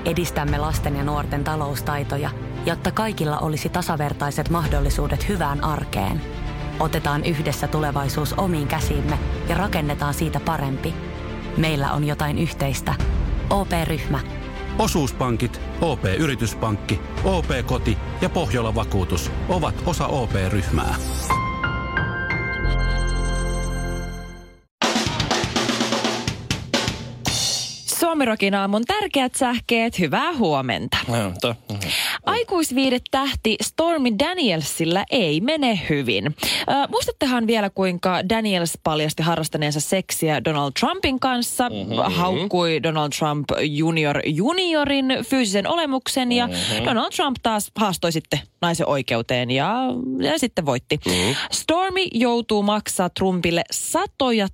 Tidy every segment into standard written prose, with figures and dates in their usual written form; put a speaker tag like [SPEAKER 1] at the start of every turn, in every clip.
[SPEAKER 1] edistämme lasten ja nuorten taloustaitoja, jotta kaikilla olisi tasavertaiset mahdollisuudet hyvään arkeen. Otetaan yhdessä tulevaisuus omiin käsiimme ja rakennetaan siitä parempi. Meillä on jotain yhteistä. OP-ryhmä.
[SPEAKER 2] Osuuspankit, OP-yrityspankki, OP-koti ja Pohjola-vakuutus ovat osa OP-ryhmää.
[SPEAKER 3] Suomirokin aamun tärkeät sähkeet, hyvää huomenta. Aikuisviihdetähti Stormy Danielsilla ei mene hyvin. Muistattehan vielä, kuinka Daniels paljasti harrastaneensa seksiä Donald Trumpin kanssa, haukkui Donald Trump juniorin fyysisen olemuksen ja Donald Trump taas haastoi sitten naisen oikeuteen ja sitten voitti. Stormy joutuu maksaa Trumpille $100,000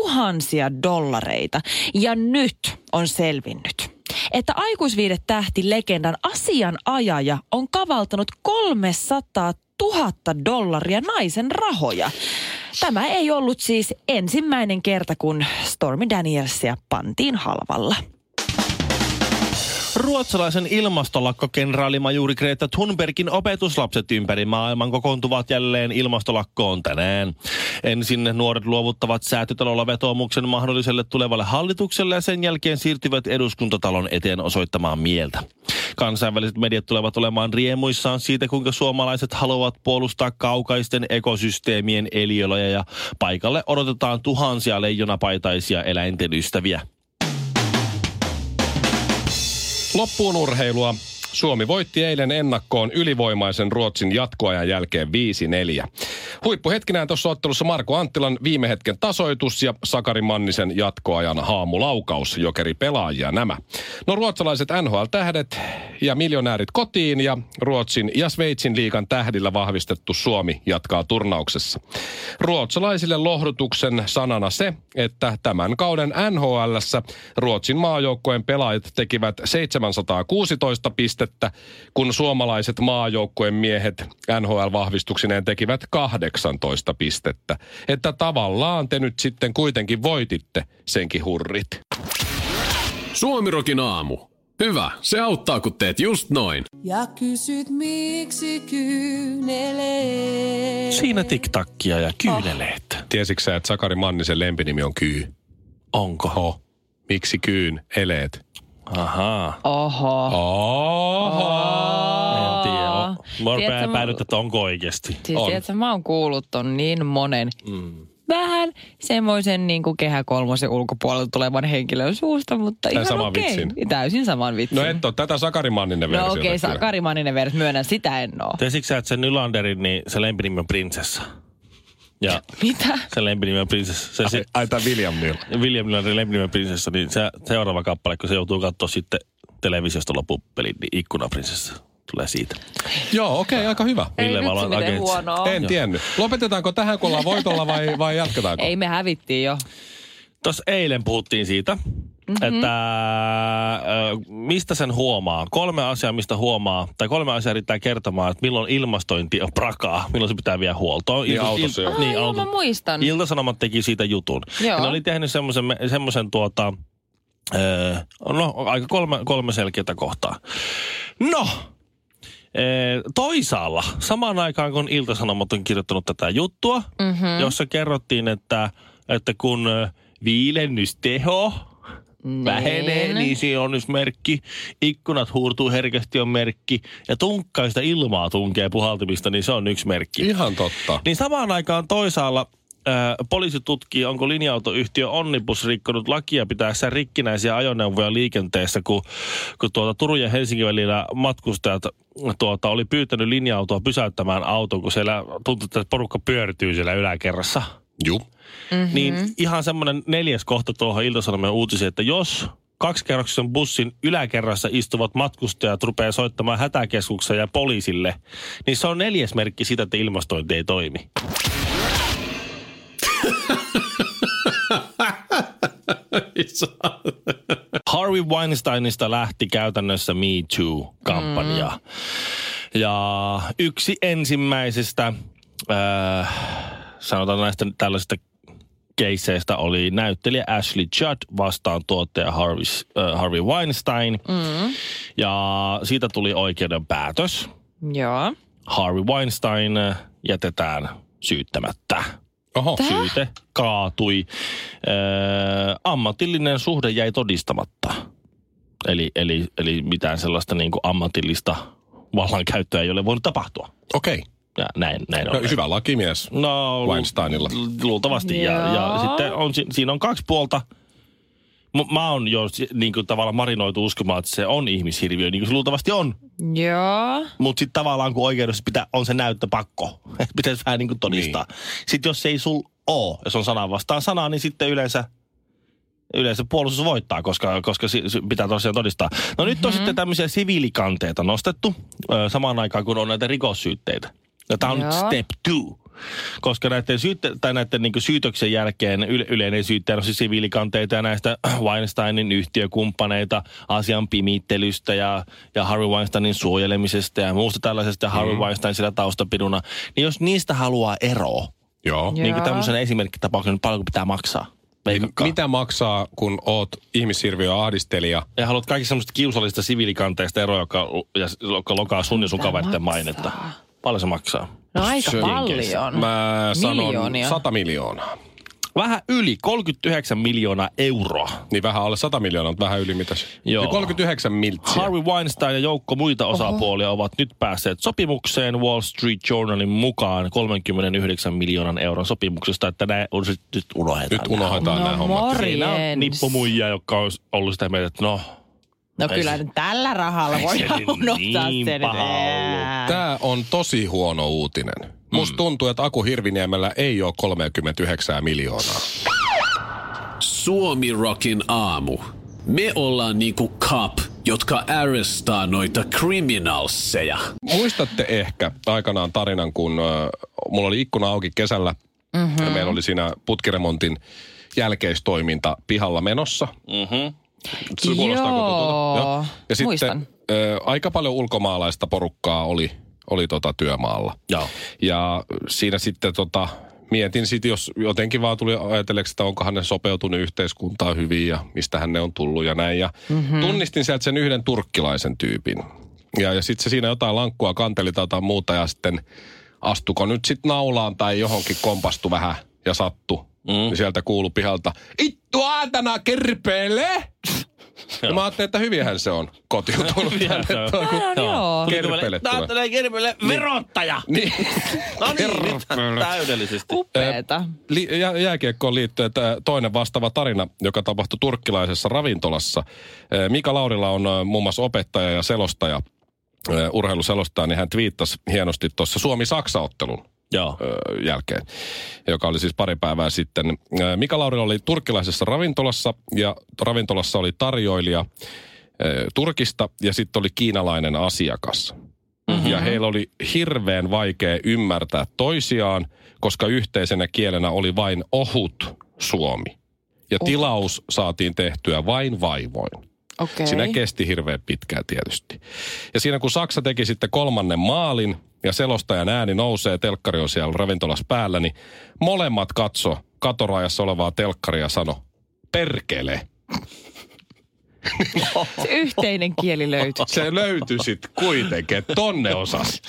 [SPEAKER 3] ja nyt on selvinnyt, että aikuisviihdetähti legendan asianajaja on kavaltanut $300,000 naisen rahoja. Tämä ei ollut siis ensimmäinen kerta, kun Stormy Danielsia pantiin halvalla.
[SPEAKER 4] Ruotsalaisen ilmastolakkokenraalimajuuri Greta Thunbergin opetuslapset ympäri maailman kokoontuvat jälleen ilmastolakkoon tänään. Ensin nuoret luovuttavat Säätytalolla vetoomuksen mahdolliselle tulevalle hallitukselle ja sen jälkeen siirtyvät Eduskuntatalon eteen osoittamaan mieltä. Kansainväliset mediat tulevat olemaan riemuissaan siitä, kuinka suomalaiset haluavat puolustaa kaukaisten ekosysteemien eliölajeja ja paikalle odotetaan tuhansia leijonapaitaisia eläinten ystäviä.
[SPEAKER 5] Loppuun urheilua. Suomi voitti eilen ennakkoon ylivoimaisen Ruotsin jatkoajan jälkeen 5-4. Huippuhetkinään tuossa ottelussa Marko Anttilan viime hetken tasoitus ja Sakari Mannisen jatkoajan haamulaukaus, jokeri pelaajia nämä. No ruotsalaiset NHL-tähdet ja miljonäärit kotiin ja Ruotsin ja Sveitsin liigan tähdillä vahvistettu Suomi jatkaa turnauksessa. Ruotsalaisille lohdutuksen sanana se, että tämän kauden NHL:ssä Ruotsin maajoukkueen pelaajat tekivät 716 pistettä, kun suomalaiset maajoukkueen miehet NHL-vahvistuksineen tekivät 18 pistettä. Että tavallaan te nyt sitten kuitenkin voititte senkin hurrit.
[SPEAKER 6] Suomirokin aamu. Hyvä, se auttaa kun teet just noin.
[SPEAKER 7] Ja kysyt miksi kyyneleet.
[SPEAKER 4] Siinä tiktakkia ja kyyneleet.
[SPEAKER 5] Tiesitkö sä, että Sakari Mannisen lempinimi on Kyy?
[SPEAKER 4] Onko?
[SPEAKER 5] Miksi kyyn eleet?
[SPEAKER 4] Ahaa.
[SPEAKER 3] Oho.
[SPEAKER 4] En tiedä. Mä epäilyt, että onko oikeasti.
[SPEAKER 3] Siis tiedätkö, mä oon kuullut ton niin monen. Vähän semmoisen niin kuin Kehä kolmosen ulkopuolelta tulevan henkilön suusta, mutta ihan
[SPEAKER 5] saman
[SPEAKER 3] okei.
[SPEAKER 5] vitsin.
[SPEAKER 3] Täysin saman vitsin.
[SPEAKER 5] No et ole tätä Sakari Manninen versiota.
[SPEAKER 3] No okei, Sakari Manninen versio, myönnän, sitä en oo.
[SPEAKER 4] Tiesitkö sä, että se Nylanderin, niin se lempinimi on prinsessa? Ja
[SPEAKER 3] mitä?
[SPEAKER 4] Se lempinimi on prinsessa.
[SPEAKER 5] Ai tää William Nylander.
[SPEAKER 4] William Nylanderin lempinimi on prinsessa, niin se seuraava kappale, kun se joutuu katsoa sitten televisiosta loppupelin, niin Ikkunaprinsessa tulee siitä.
[SPEAKER 5] Joo, okei, aika hyvä.
[SPEAKER 3] Ei vitsi, miten huonoa.
[SPEAKER 5] En tiennyt. Lopetetaanko tähän, kun ollaan voitolla vai jatketaanko?
[SPEAKER 3] Ei, me hävittiin jo.
[SPEAKER 4] Tuossa eilen puhuttiin siitä, että mistä sen huomaa. 3 asiaa, mistä huomaa, tai 3 asiaa riittää kertomaan, että milloin ilmastointi on prakaa, milloin se pitää vielä huoltoon.
[SPEAKER 5] Niin autossa jo.
[SPEAKER 3] Niin, joo, mä muistan.
[SPEAKER 4] Ilta-Sanomat teki siitä jutun. Joo. Ja ne oli tehnyt semmoisen aika 3 selkeätä kohtaa. No! Toisaalla, samaan aikaan kun Ilta-Sanomat on kirjoittanut tätä juttua, jossa kerrottiin, että kun viilennysteho vähenee, niin se on nyt merkki. Ikkunat huurtuu herkästi on merkki. Ja tunkkaista ilmaa tunkee puhaltimista, niin se on yksi merkki.
[SPEAKER 5] Ihan totta.
[SPEAKER 4] Niin samaan aikaan toisaalla poliisi tutkii, onko linja-autoyhtiö Onnibus rikkonut lakia pitäessään rikkinäisiä ajoneuvoja liikenteessä, kun Turun ja Helsingin välillä matkustajat oli pyytänyt linja-autoa pysäyttämään auton, kun siellä tuntuu, että porukka pyörtyy siellä yläkerrassa.
[SPEAKER 5] Juu.
[SPEAKER 4] Niin ihan semmoinen 4. kohta tuohon Ilta-Sanomien uutisiin, että jos 2-kerroksisen bussin yläkerrassa istuvat matkustajat rupeaa soittamaan hätäkeskukseen ja poliisille, niin se on 4. merkki siitä, että ilmastointi ei toimi. Harvey Weinsteinista lähti käytännössä Me Too-kampanja. Ja yksi ensimmäisestä, sanotaan näistä tällaisista keisseistä oli näyttelijä Ashley Judd vastaan tuottaja Harvey Weinstein. Ja siitä tuli oikeuden päätös.
[SPEAKER 3] Joo.
[SPEAKER 4] Harvey Weinstein jätetään syyttämättä.
[SPEAKER 5] Oho.
[SPEAKER 4] Syyte kaatui. Ammatillinen suhde jäi todistamatta. Eli mitään sellaista niin kuin ammatillista vallankäyttöä ei ole voinut tapahtua.
[SPEAKER 5] Okei.
[SPEAKER 4] Ja näin on.
[SPEAKER 5] Hyvä lakimies Weinsteinilla.
[SPEAKER 4] Luultavasti. Ja sitten siinä on kaksi puolta. Mä oon jo niin kuin tavallaan marinoitu uskomaan, että se on ihmishirviö, niin kuin se luultavasti on.
[SPEAKER 3] Joo.
[SPEAKER 4] Mutta sitten tavallaan kun oikeudessa on se näyttöpakko. Pitäisi vähän niin kuin todistaa. Niin. Sitten jos se ei sul oo, jos on sana vastaan sanaa, niin sitten yleensä puolustus voittaa, koska pitää tosiaan todistaa. No nyt on sitten tämmöisiä siviilikanteita nostettu samaan aikaan, kun on näitä rikossyytteitä. Ja tämä on nyt step 2. Koska näiden niin kuin syytöksen jälkeen yleinen syyttäjä on siis siviilikanteita ja näistä Weinsteinin yhtiökumppaneita, asian pimittelystä ja Harvey Weinsteinin suojelemisesta ja muusta tällaisesta ja Harvey Weinstein sillä taustapiduna. Niin jos niistä haluaa eroa, niin kuin tämmöisen esimerkkitapauksen, niin paljonko pitää maksaa?
[SPEAKER 5] Mitä maksaa, kun oot ihmishirviö ahdistelija?
[SPEAKER 4] Ja haluat kaikki semmoista kiusallista siviilikanteista eroa, joka lokaa sun ja sun kaveritten mainetta. Paljon se maksaa?
[SPEAKER 3] No aika paljon.
[SPEAKER 5] Mä sanon
[SPEAKER 3] Miljoonia.
[SPEAKER 5] 100 miljoonaa.
[SPEAKER 4] Vähän yli 39 miljoonaa euroa.
[SPEAKER 5] Niin vähän alle 100 miljoonaa, mutta vähän yli mitä se?
[SPEAKER 4] Joo.
[SPEAKER 5] 39 miltsiä.
[SPEAKER 4] Harvey Weinstein ja joukko muita osapuolia ovat nyt päässeet sopimukseen Wall Street Journalin mukaan 39 miljoonan euron sopimuksesta, että nämä on nyt unohdetaan.
[SPEAKER 5] Nyt unohdetaan nämä hommat.
[SPEAKER 4] Siinä on nippumuijia, jotka on ollut sitä mieltä, että
[SPEAKER 3] No kyllä nyt tällä rahalla voidaan unohtaa
[SPEAKER 4] niin
[SPEAKER 3] sen.
[SPEAKER 5] Tämä on tosi huono uutinen. Musta tuntuu, että Aku Hirviniemellä ei ole 39 miljoonaa.
[SPEAKER 6] Suomi Rockin aamu. Me ollaan niinku cop, jotka arrestaa noita criminalseja.
[SPEAKER 5] Muistatte ehkä aikanaan tarinan, kun mulla oli ikkuna auki kesällä. Ja meillä oli siinä putkiremontin jälkeistoiminta pihalla menossa. Se kuulostaako tutulta? Joo. Ja sitten aika paljon ulkomaalaista porukkaa oli työmaalla. Joo. Ja siinä sitten mietin sitten, jos jotenkin vaan tuli ajatelleeksi, että onkohan ne sopeutunut yhteiskuntaan hyvin ja mistähän ne on tullut ja näin. Ja tunnistin sieltä sen yhden turkkilaisen tyypin. Ja sitten se siinä jotain lankkua kanteli tai jotain muuta ja sitten astuko nyt sitten naulaan tai johonkin kompastu vähän ja sattu. Niin sieltä kuului pihalta, ittu aatana kerpeelle! Ja mä ajattelin, että hyvinhän se on kotiutunut. Kerpeelle tulee.
[SPEAKER 4] Tämä kerpeelle verottaja!
[SPEAKER 5] Niin.
[SPEAKER 4] No niin, täydellisesti.
[SPEAKER 3] Upeeta.
[SPEAKER 5] Jääkiekkoon liittyen toinen vastaava tarina, joka tapahtui turkkilaisessa ravintolassa. Mika Laurila on muun muassa opettaja ja selostaja, urheiluselostaja, niin hän twiittasi hienosti tuossa Suomi-Saksa-ottelun jälkeen, joka oli siis pari päivää sitten. Mika Laurila oli turkkilaisessa ravintolassa ja ravintolassa oli tarjoilija Turkista ja sitten oli kiinalainen asiakas. Ja heillä oli hirveän vaikea ymmärtää toisiaan, koska yhteisenä kielenä oli vain ohut suomi. Ja tilaus saatiin tehtyä vain vaivoin.
[SPEAKER 3] Okay.
[SPEAKER 5] Siinä kesti hirveän pitkään tietysti. Ja siinä kun Saksa teki sitten 3. maalin ja selostajan ääni nousee, telkkari on siellä ravintolassa päällä, niin molemmat katso katorajassa olevaa telkkaria ja sano, perkele.
[SPEAKER 3] Se yhteinen kieli löytyi.
[SPEAKER 5] Se löytyi sitten kuitenkin, että tonne osas.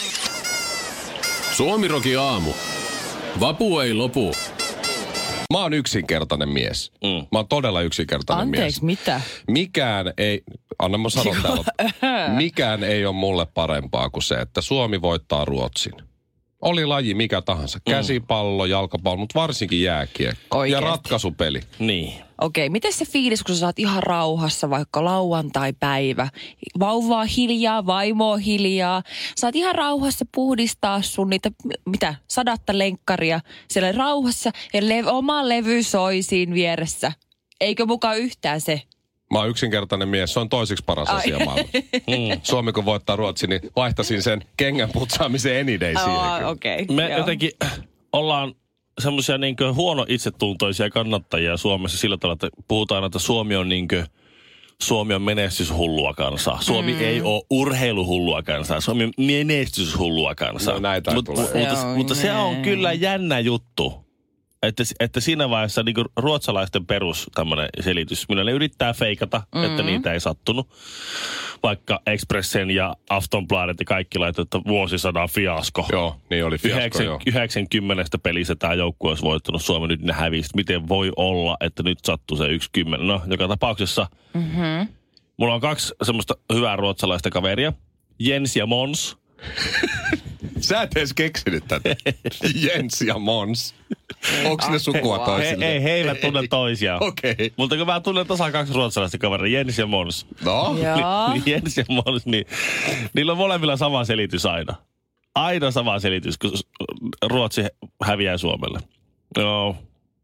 [SPEAKER 6] Suomi Rockin aamu. Vapu ei lopu.
[SPEAKER 5] Mä oon yksinkertainen mies. Mä oon todella yksinkertainen mies.
[SPEAKER 3] Anteeksi, mitä?
[SPEAKER 5] Mikään ei, anna mä sanon täällä, mikään ei ole mulle parempaa kuin se, että Suomi voittaa Ruotsin. Oli laji mikä tahansa. Käsipallo, jalkapallo, mutta varsinkin jääkiekko.
[SPEAKER 3] Oikeesti.
[SPEAKER 5] Ja ratkaisupeli.
[SPEAKER 4] Niin.
[SPEAKER 3] Okei, miten se fiilis, kun sä saat ihan rauhassa vaikka lauantai-päivä, vauvaa hiljaa, vaimoa hiljaa, saat ihan rauhassa puhdistaa sun niitä, 100 lenkkaria siellä rauhassa ja oma levy soi siinä vieressä. Eikö mukaan yhtään se?
[SPEAKER 5] Mä oon yksinkertainen mies, se on toiseksi paras asia maailmassa. Suomi kun voittaa Ruotsin, niin vaihtasin sen kengän putsaamisen Anyday siihen.
[SPEAKER 3] Okay.
[SPEAKER 4] Me jotenkin ollaan semmoisia niinkö huono itsetuntoisia kannattajia Suomessa sillä tavalla, että puhutaan, että Suomi on menestyshullua kansaa. Suomi ei ole urheiluhullua kansaa. Suomi on menestyshullua kansaa.
[SPEAKER 5] No näitä tulee.
[SPEAKER 4] Mutta se on kyllä jännä juttu. Että siinä vaiheessa niin ruotsalaisten perus tämmöinen selitys, millä ne yrittää feikata, että niitä ei sattunut. Vaikka Expressen ja Aftonbladet ja kaikki laittoi, että vuosisadan fiasko.
[SPEAKER 5] Joo, niin oli fiasko,
[SPEAKER 4] 90 pelissä tämä joukkue olisi voittanut Suomen, nyt ne hävisi. Miten voi olla, että nyt sattuu se 1-10? No, joka tapauksessa mulla on 2 semmoista hyvää ruotsalaista kaveria. Jens ja Måns.
[SPEAKER 5] Sä et edes keksinyt tätä. Jens ja Måns. Onko ne sukua toisille?
[SPEAKER 4] Ei, he eivät tunne toisiaan.
[SPEAKER 5] Okei. Okay.
[SPEAKER 4] Mutta kun mä tunnen tasan 2 ruotsalaista kaveria, Jens ja Måns.
[SPEAKER 5] No?
[SPEAKER 4] Jens ja Måns, niin niillä on molemmilla sama selitys aina. Aina sama selitys, kun Ruotsi häviää Suomelle. Joo.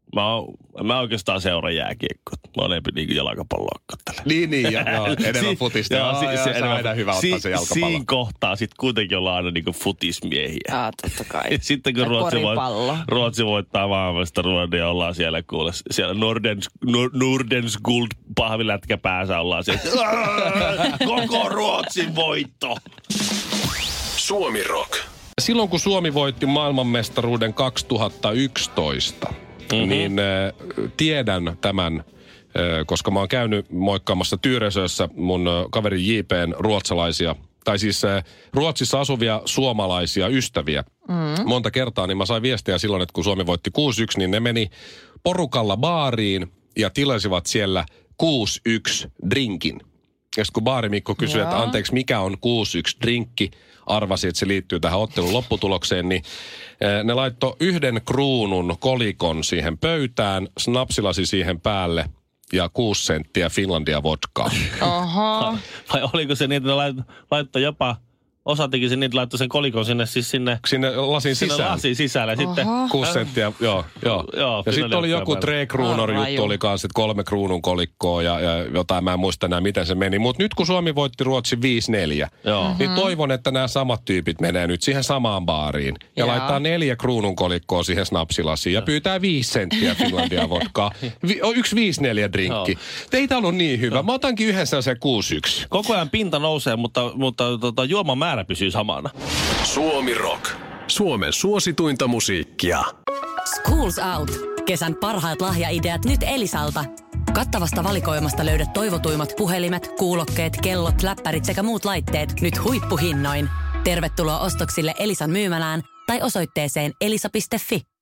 [SPEAKER 4] Mä oikeastaan seuraan jääkiekkoa. Mä oon enempi niin jalkapalloa kattelen.
[SPEAKER 5] Niin, enemmän futista. Se on aina hyvä ottaa se jalkapallo.
[SPEAKER 4] Siinä kohtaa sit kuitenkin ollaan aina niinku futismiehiä.
[SPEAKER 3] Totta kai.
[SPEAKER 4] Sitten kun Ruotsi voittaa maailmanmestaruuden ja ollaan siellä kuule, siellä Nordens Guld pahvilätkä päässä ollaan siellä. Koko Ruotsin voitto!
[SPEAKER 5] Suomi Rock. Silloin kun Suomi voitti maailmanmestaruuden 2011, niin tiedän tämän, koska mä oon käynyt moikkaamassa Tyresössä mun kaveri JP:n ruotsalaisia, tai siis Ruotsissa asuvia suomalaisia ystäviä. Monta kertaa, niin mä sain viestiä silloin, että kun Suomi voitti 6-1, niin ne meni porukalla baariin ja tilasivat siellä 6-1 drinkin. Ja sitten kun baarimikko kysyi, että anteeksi, mikä on 6-1 drinkki, arvasi, että se liittyy tähän ottelun lopputulokseen, niin ne laittoi 1 kruunun kolikon siihen pöytään, snapsilasi siihen päälle ja 6 senttiä Finlandia vodkaa.
[SPEAKER 3] Oho.
[SPEAKER 4] Vai oliko se niin, että ne laittoi jopa... Osa teki sen niin, että laittoi sen kolikon sinne
[SPEAKER 5] lasin
[SPEAKER 4] sisälle. Sitten
[SPEAKER 5] 6 senttiä, joo. Ja sitten oli joku 3 kruunor juttu, oli kanssa 3 kruunun kolikkoa ja jotain, mä en muista enää miten se meni. Mutta nyt kun Suomi voitti Ruotsi 5-4, niin toivon, että nämä samat tyypit menee nyt siihen samaan baariin ja laittaa 4 kruunun kolikkoa siihen snapsilasiin ja pyytää 5 senttiä Finlandia vodkaa. 1 5-4 drinkki. Teitä on niin hyvä. Mä otankin yhdessä se 6-1.
[SPEAKER 4] Koko ajan pinta nousee, mutta juoman määrä pysyy samana.
[SPEAKER 5] Suomi Rock. Suomen suosituinta musiikkia.
[SPEAKER 1] Schools Out. Kesän parhaat lahjaideat nyt Elisalta. Kattavasta valikoimasta löydät toivotuimmat puhelimet, kuulokkeet, kellot, läppärit sekä muut laitteet nyt huippuhinnoin. Tervetuloa ostoksille Elisan myymälään tai osoitteeseen elisa.fi.